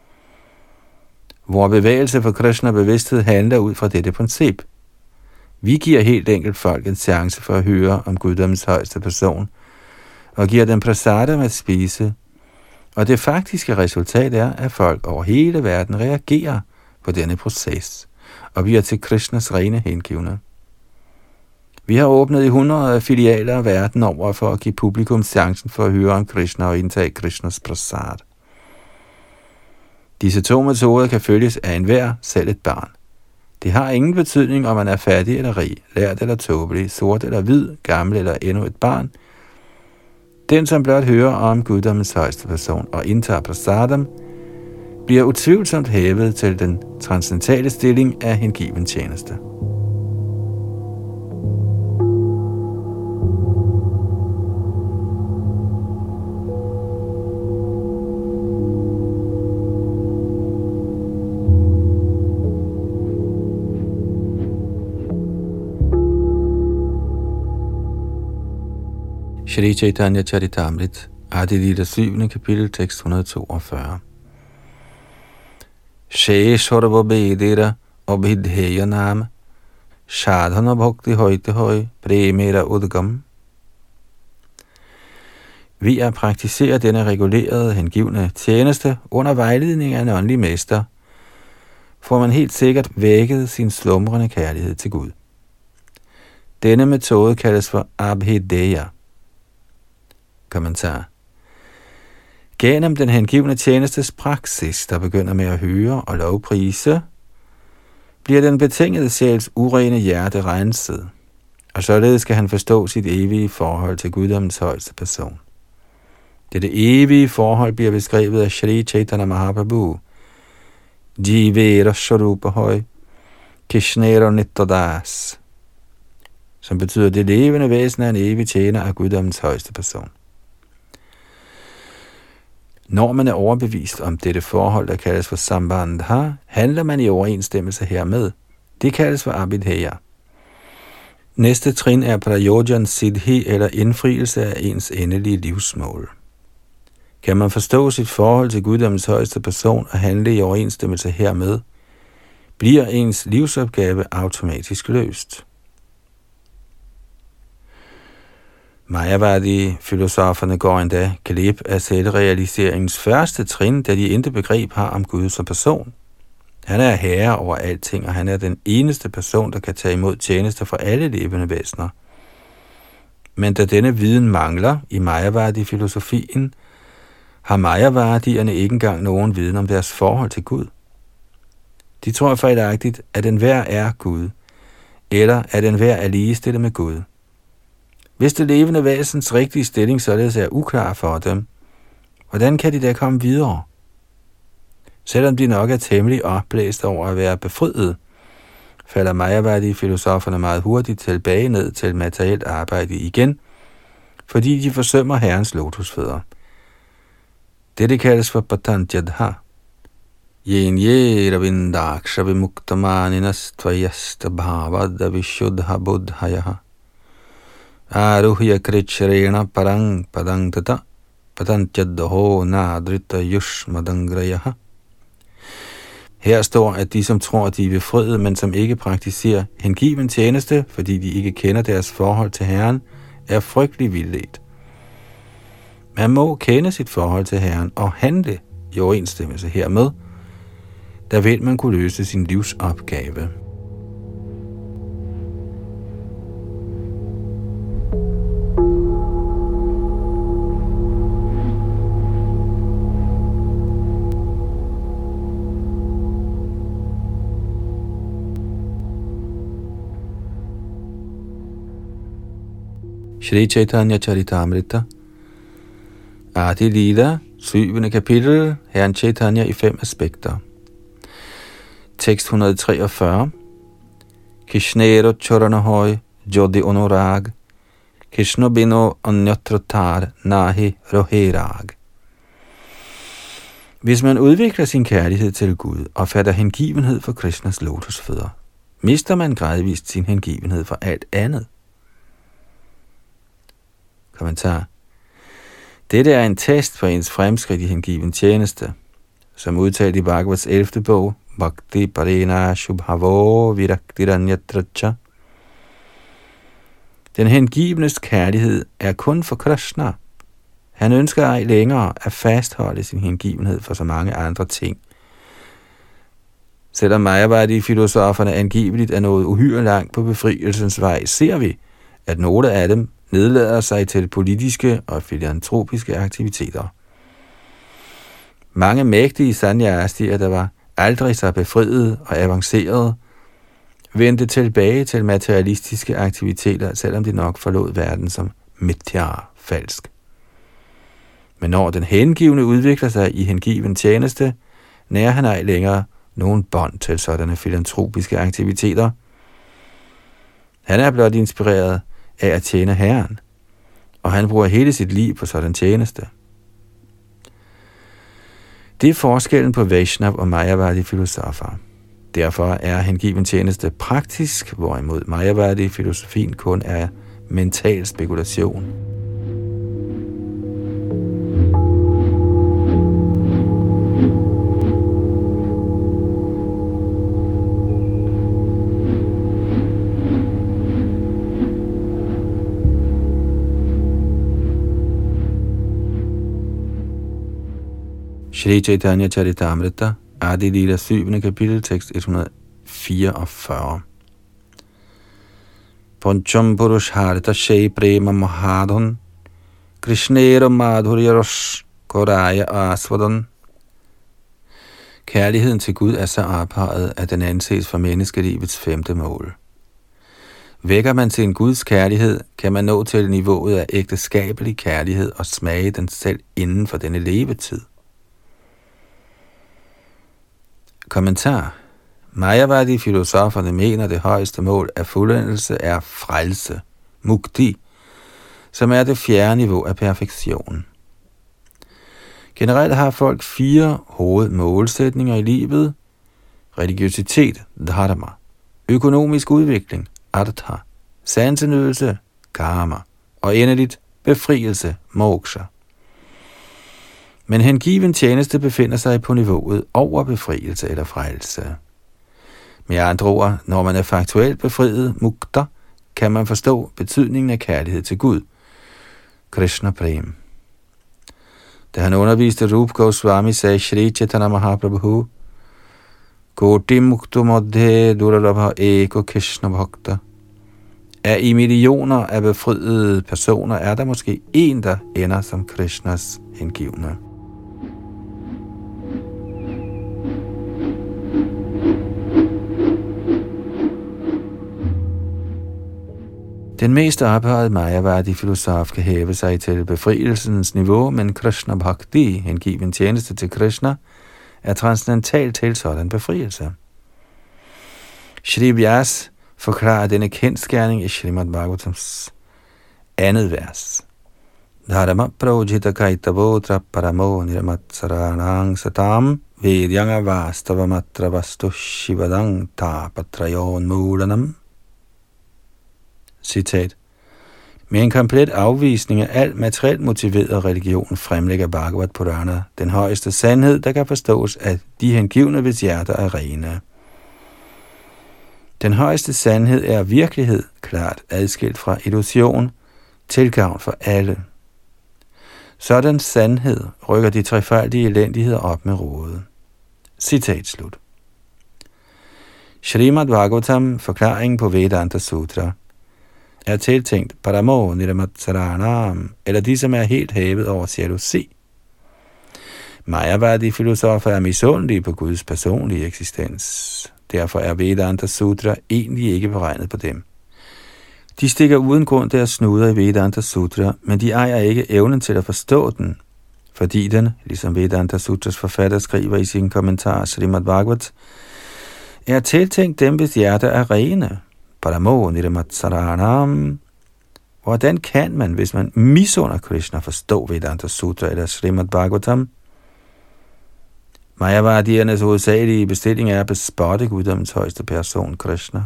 Vor bevægelse for Krishna bevidsthed handler ud fra dette princip. Vi giver helt enkelt folk en chance for at høre om guddommens højeste person, og giver dem prasadam at spise, og det faktiske resultat er, at folk over hele verden reagerer på denne proces, og bliver til Krishnas rene hengivne. Vi har åbnet i hundrede af filialer af verden over for at give publikum chancen for at høre om Krishna og indtage Krishnas prasad. Disse to metoder kan følges af enhver, selv et barn. Det har ingen betydning, om man er fattig eller rig, lært eller tåbelig, sort eller hvid, gammel eller endnu et barn. Den, som blot hører om guddommens højeste person og indtager prasadam, bliver utvivlsomt hævet til den transcendentale stilling af hengiven tjeneste. Shri Chaitanya Charitamrit, Adi Lila, syvende kapitel, tekst et hundrede og toogfyrre. Sheshvarva bedera abhidheya nama, shadhana bhakti hoite hoi, premera udgam, Ved at praktisere denne regulerede, hengivne tjeneste under vejledning af en åndelig mester, får man helt sikkert vækket sin slumrende kærlighed til Gud. Denne metode kaldes for abhideya. Kommentar. Gennem den hengivne tjenestes praksis, der begynder med at høre og lovprise, bliver den betingede sjæls urene hjerte renset, og således skal han forstå sit evige forhold til guddommens højeste person. Dette evige forhold bliver beskrevet af Shri Chaitanya Mahaprabhu, Jivera Sharupahoi, Krishnero Nittodas, som betyder, det levende væsen er en evig tjener af guddommens højeste person. Når man er overbevist om dette forhold, der kaldes for sambandha, handler man i overensstemmelse hermed. Det kaldes for abhideya. Næste trin er prayojan siddhi, eller indfrielse af ens endelige livsmål. Kan man forstå sit forhold til guddommens højeste person og handle i overensstemmelse hermed, bliver ens livsopgave automatisk løst. Mayavadi-filosoferne går endda glip af selvrealiseringens første trin, da de intet begreb har om Gud som person. Han er herre over alting, og han er den eneste person, der kan tage imod tjenester fra alle levende væsener. Men da denne viden mangler i Mayavadi-filosofien, har Mayavadierne ikke engang nogen viden om deres forhold til Gud. De tror fejlagtigt, at enhver er Gud, eller at enhver er ligestillet med Gud. Hvis det levende væsens rigtige stilling således er uklar for dem, hvordan kan de da komme videre? Selvom de nok er temmelig opblæst over at være befriet, falder Mayavadi-filosoferne meget hurtigt tilbage ned til materielt arbejde igen, fordi de forsømmer Herrens lotusfødder. Dette kaldes for patanjadha. Yen ye ravindaksha vimuktamaninas tvayasta bhavada vishuddha buddhayaha. Aruhya krichrena parang padang tata patanjadho nadrita yushmadangrayaha. Her står, at de, som tror, at de er befriet, men som ikke praktiserer hengiven tjeneste, fordi de ikke kender deres forhold til Herren, er frygtelig vildledt. Man må kende sit forhold til Herren og handle i overensstemmelse hermed, der vil man kunne løse sin livsopgave. Shri Chaitanya Charitamrita, Adi Lila, syvende kapitel, Herren Chaitanya i fem aspekter. Tekst et hundrede treogfyrre. Krishnero Choranahoi Jodi Onurag, Krishna Bino Anyatratar Nahi Roherag. Hvis man udvikler sin kærlighed til Gud og fatter hengivenhed for Krishnas lotusfødder, mister man gradvist sin hengivenhed for alt andet. Kommentar. Dette er en test for ens fremskridt i hengiven tjeneste, som udtalt i Bhagavats ellevte bog, Bhakti Parena Shubhavo Viraktiranyatracha. Den hengivnes kærlighed er kun for Krishna. Han ønsker ej længere at fastholde sin hengivenhed for så mange andre ting. Selvom Mayavadi-filosoferne angiveligt er nået uhyre langt på befrielsens vej, ser vi, at nogle af dem nedlader sig til politiske og filantropiske aktiviteter. Mange mægtige sannyastier, der var aldrig så befriede og avancerede, vendte tilbage til materialistiske aktiviteter, selvom de nok forlod verden som mithya, falsk. Men når den hengivne udvikler sig i hengiven tjeneste, nærer han ej længere nogen bånd til sådanne filantropiske aktiviteter. Han er blot inspireret af at tjene Herren, og han bruger hele sit liv på sådan tjeneste. Det er forskellen på Vaishnav og Mayavadi-filosofer. Derfor er hengiven tjeneste praktisk, hvorimod Mayavadi-filosofien kun er mental spekulation. Shri Chaitanya Charitamrita, Adi Lila syvende kapitel, tekst et hundrede fireogfyrre. Pancham Purushharita Shai Prema Mahadhan Krishnera Madhurya Rosh Koraya Asvadan. Kærligheden til Gud er så ophøjet, at den anses for menneskelivets femte mål. Vækker man til en Guds kærlighed, kan man nå til niveauet af ægteskabelig kærlighed og smage den selv inden for denne levetid. Kommentar. Mayavadi filosoferne mener, det højeste mål af fuldendelse er frelse, mukti, som er det fjerde niveau af perfektion. Generelt har folk fire hovedmålsætninger i livet: religiøsitet, dharma, økonomisk udvikling, artha, sansenydelse, karma, og endeligt befrielse, moksha. Men hengiven tjeneste befinder sig på niveauet over befrielse eller frelse. Med andre ord, når man er faktuelt befriet, mukta, kan man forstå betydningen af kærlighed til Gud, Krishna Prem. Da han underviste Rup Goswami, sagde Shri Chaitanya Mahaprabhu, Koti muktu madhe duralabha eko Krishna bhakta. Af i millioner af befriede personer er der måske en, der ender som Krishnas hengivne. Den mest ophøjede Mayavadi filosof kan hæve sig til befrielsens niveau, men Krishna Bhakti, hengiven tjeneste til Krishna, er transcendental til sådan befrielse. Shri Vyas forklarer denne kendskærning i Srimad Bhagavatams andet vers. Dharma projita kaitavotra paramo nirmatsaranang satam vedyanga vastava matra vastu shivadang tapatrayon mulanam. Citat. Med en komplet afvisning af al materielt motiveret religion fremlægger Bhagavad Purana den højeste sandhed, der kan forstås af de hengivne, hvis hjerter er rene. Den højeste sandhed er virkelighed, klart adskilt fra illusion, til gavn for alle. Sådan sandhed rykker de trefaldige elendigheder op med rodet. Citat slut. Srimad Bhagavatam, forklaringen på Vedanta Sutra, er tiltænkt paramo nirmatsaranam, eller de, som er helt hævet over jalousi. Mayavadi filosofer er misundelige på Guds personlige eksistens. Derfor er Vedanta Sutra egentlig ikke beregnet på dem. De stikker uden grund deres snuder i Vedanta Sutra, men de ejer ikke evnen til at forstå den, fordi den, ligesom Vedanta Sutras forfatter skriver i sin kommentar Srimad Bhagavat, er tiltænkt dem, hvis hjerter er rene. Paramo nirmatsaranam. Hvordan kan man, hvis man misunder Krishna, forstå Vedanta Sutra eller Srimad Bhagavatam? Mayavadiernes hovedsagelige bestilling er at bespotte guddommens højeste person, Krishna.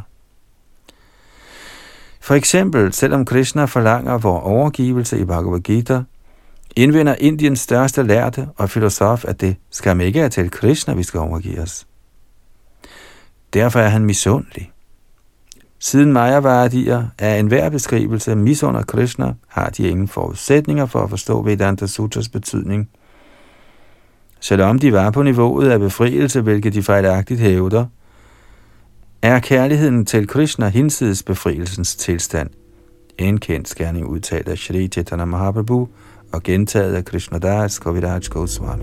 For eksempel, selvom Krishna forlanger vor overgivelse i Bhagavad Gita, indvender Indiens største lærte og filosof, at det skam ikke er til Krishna, vi skal overgive os. Derfor er han misundelig. Siden Mayavadier er enhver beskrivelse misunder Krishna, har de ingen forudsætninger for at forstå Vedanta Sutras betydning. Selvom de var på niveauet af befrielse, hvilket de fejlagtigt hævder, er kærligheden til Krishna hinsides befrielsens tilstand. En kendsgerning udtalt af Shri Chaitanya Mahaprabhu og gentaget af Krishnadas Kaviraj Goswami.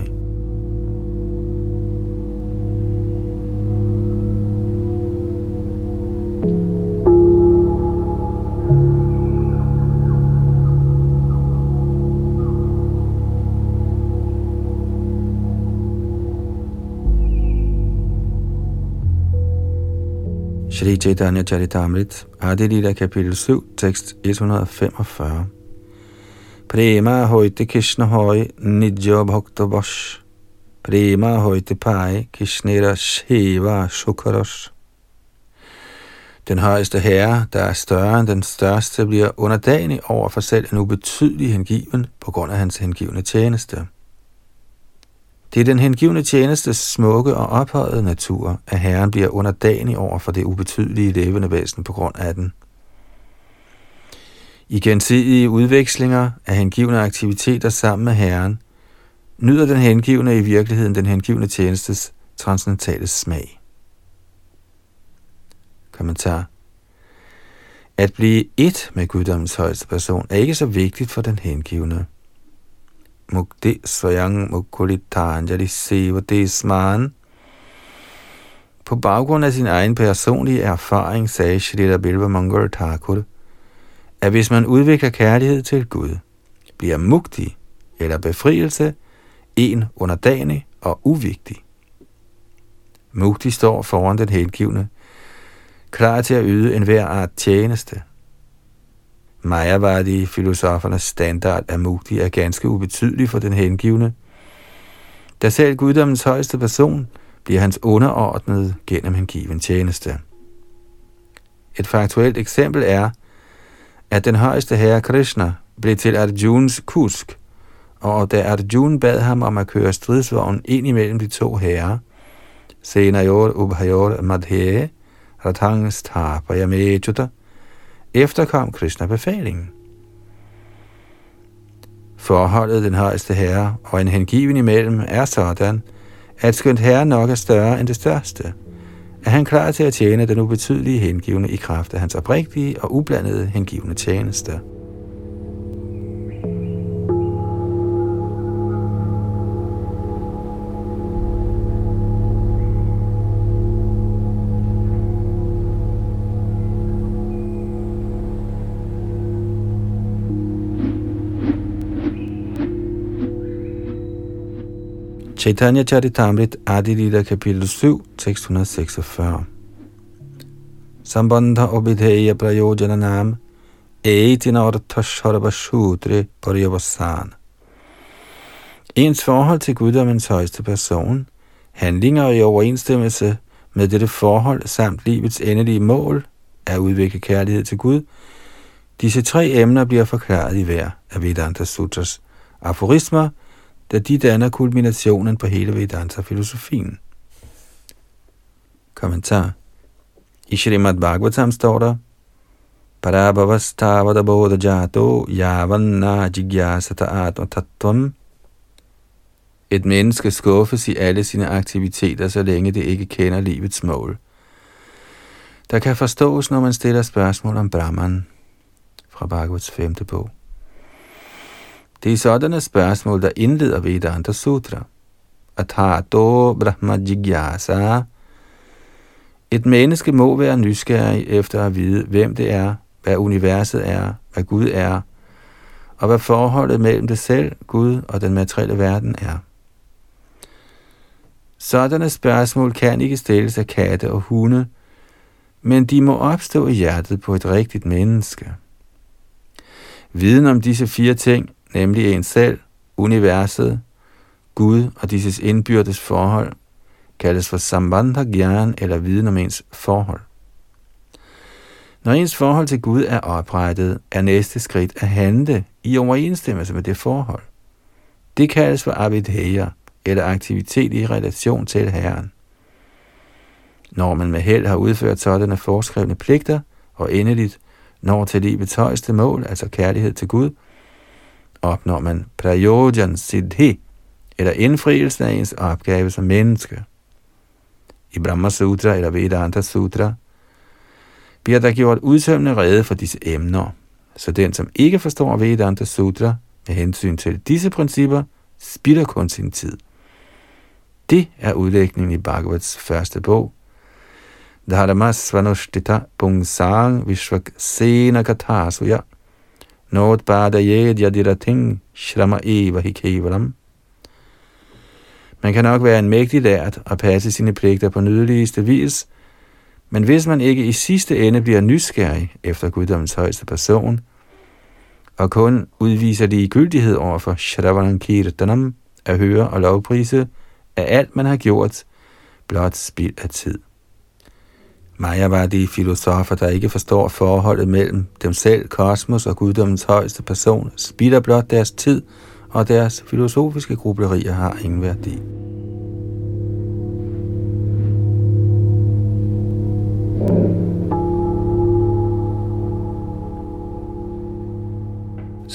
Shri Chaitanya Charitamrita, Adi Lila kapitel syv, tekst et hundrede femogfyrre. Prema hoite Krishna hoi nidjo bhakta vash. Prema hoite pai Krishnera sheva shukarosh. Den højeste herre, der er større end den største, bliver underdanig over for selv en ubetydelig hengiven på grund af hans hengivne tjeneste. Det er den hengivne tjenestes smukke og ophøjede natur, at Herren bliver underdanig over for det ubetydelige levende væsen på grund af den. I gensidige udvekslinger af hengivne aktiviteter sammen med Herren, nyder den hengivne i virkeligheden den hengivne tjenestes transcendentale smag. Kommentar. At blive ét med guddommens højeste person er ikke så vigtigt for den hengivne. Mukti svayang mukulitanjali sevadesman. På baggrund af sin egen personlige erfaring sagde Shrila Bilvamangal Thakur, at hvis man udvikler kærlighed til Gud, bliver mukti eller befrielse en underdanig og uvigtig. Mukti står foran den hengivne, klar til at yde enhver art tjeneste. Mayavadi filosofernes standard af mukti er ganske ubetydelig for den hengivne, da selv guddommens højeste person bliver hans underordnede gennem hengiven tjeneste. Et faktuelt eksempel er, at den højeste herre Krishna blev til Arjuns kusk, og da Arjun bad ham om at køre stridsvognen ind imellem de to herrer, Senayor Ubhayor Madhe, Rathang Sthapayamechuta, efterkom Krishna befalingen. Forholdet den højeste herre og en hengiven imellem er sådan, at skønt herren nok er større end det største, er han klar til at tjene den ubetydelige hengivne i kraft af hans oprigtige og ublandede hengivne tjeneste. Chaitanya Charitamrit Adi-lila kapitel syv, tekst et hundrede og seksogfyrre. Sambandha obidheya prayojananam eitinartha sharvashudre paryavasan. Ens forhold til guddommens højeste person, handlinger i overensstemmelse med dette forhold samt livets endelige mål er at udvikle kærlighed til Gud. Disse tre emner bliver forklaret i hver af Vedanta Sutras aforismer, da de danner kulminationen på hele Vedanta-filosofien. Kommentar. I Srimad Bhagavatam står der, Parabhavastavada bodha jato yavanna jigyasata atma tattvam. Et menneske skuffes i alle sine aktiviteter, så længe det ikke kender livets mål. Der kan forstås, når man stiller spørgsmål om Brahman fra Bhagavats femte bog. Det er sådanne spørgsmål, der indleder Vedanta Sutra. Atato Brahma Jigyasa. Et menneske må være nysgerrig efter at vide, hvem det er, hvad universet er, hvad Gud er, og hvad forholdet mellem det selv, Gud og den materielle verden er. Sådanne spørgsmål kan ikke stilles af katte og hunde, men de må opstå i hjertet på et rigtigt menneske. Viden om disse fire ting, nemlig en selv, universet, Gud og disses indbyrdes forhold, kaldes for sambandha gyan eller viden om ens forhold. Når ens forhold til Gud er oprettet, er næste skridt at handle i overensstemmelse med det forhold. Det kaldes for avidheya eller aktivitet i relation til Herren. Når man med held har udført sådanne foreskrevne pligter og endeligt når til livets højeste mål, altså kærlighed til Gud, opnår man prayojan siddhi, eller indfrielsen af ens opgave som menneske. I Brahma Sutra eller Vedanta Sutra bliver der gjort udtømmende rede for disse emner, så den, som ikke forstår Vedanta Sutra med hensyn til disse principper, spilder kun sin tid. Det er udlægningen i Bhagavats første bog, Dharma Svanushtita Pungsang Vishvak Sena Kathasuya Notbadayed Yadirating Shrama Eva Hikevaram. Man kan nok være en mægtig lært og passe sine pligter på nydeligste vis, men hvis man ikke i sidste ende bliver nysgerrig efter guddommens højeste person, og kun udviser ligegyldighed over for Shravanam Kirtanam, at høre og lovprise, er alt man har gjort blot spild af tid. Mayavadi filosofer, der ikke forstår forholdet mellem dem selv, kosmos og guddommens højeste person, spilder blot deres tid, og deres filosofiske grublerier har ingen værdi.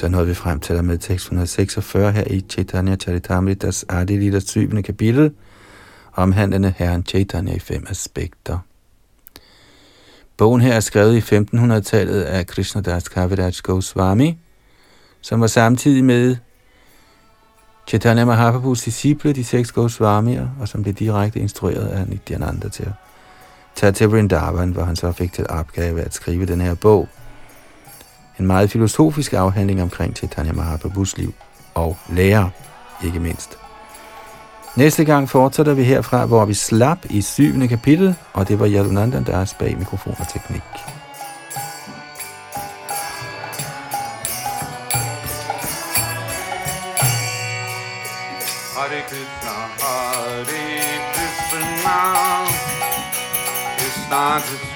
Så nåede vi frem til med tekst et hundrede seksogfyrre her i Chaitanya Charitamritas Adi Lila syvende kapitel, omhandlende herren Chaitanya i fem aspekter. Bogen her er skrevet i femten hundrede-tallet af Krishnadas Kaviraj Goswami, som var samtidig med Chaitanya Mahaprabhus disciple, de seks Goswamier, og som blev direkte instrueret af Nityananda til at tage til Vrindavan, hvor han så fik til opgave at skrive den her bog. En meget filosofisk afhandling omkring Chaitanya Mahaprabhus liv og lære, ikke mindst. Næste gang fortsætter vi herfra, hvor vi slap i syvende kapitel, og det var Yadunanda Das bag mikrofon og teknik. Hare Krishna, Hare Krishna, Krishna Krishna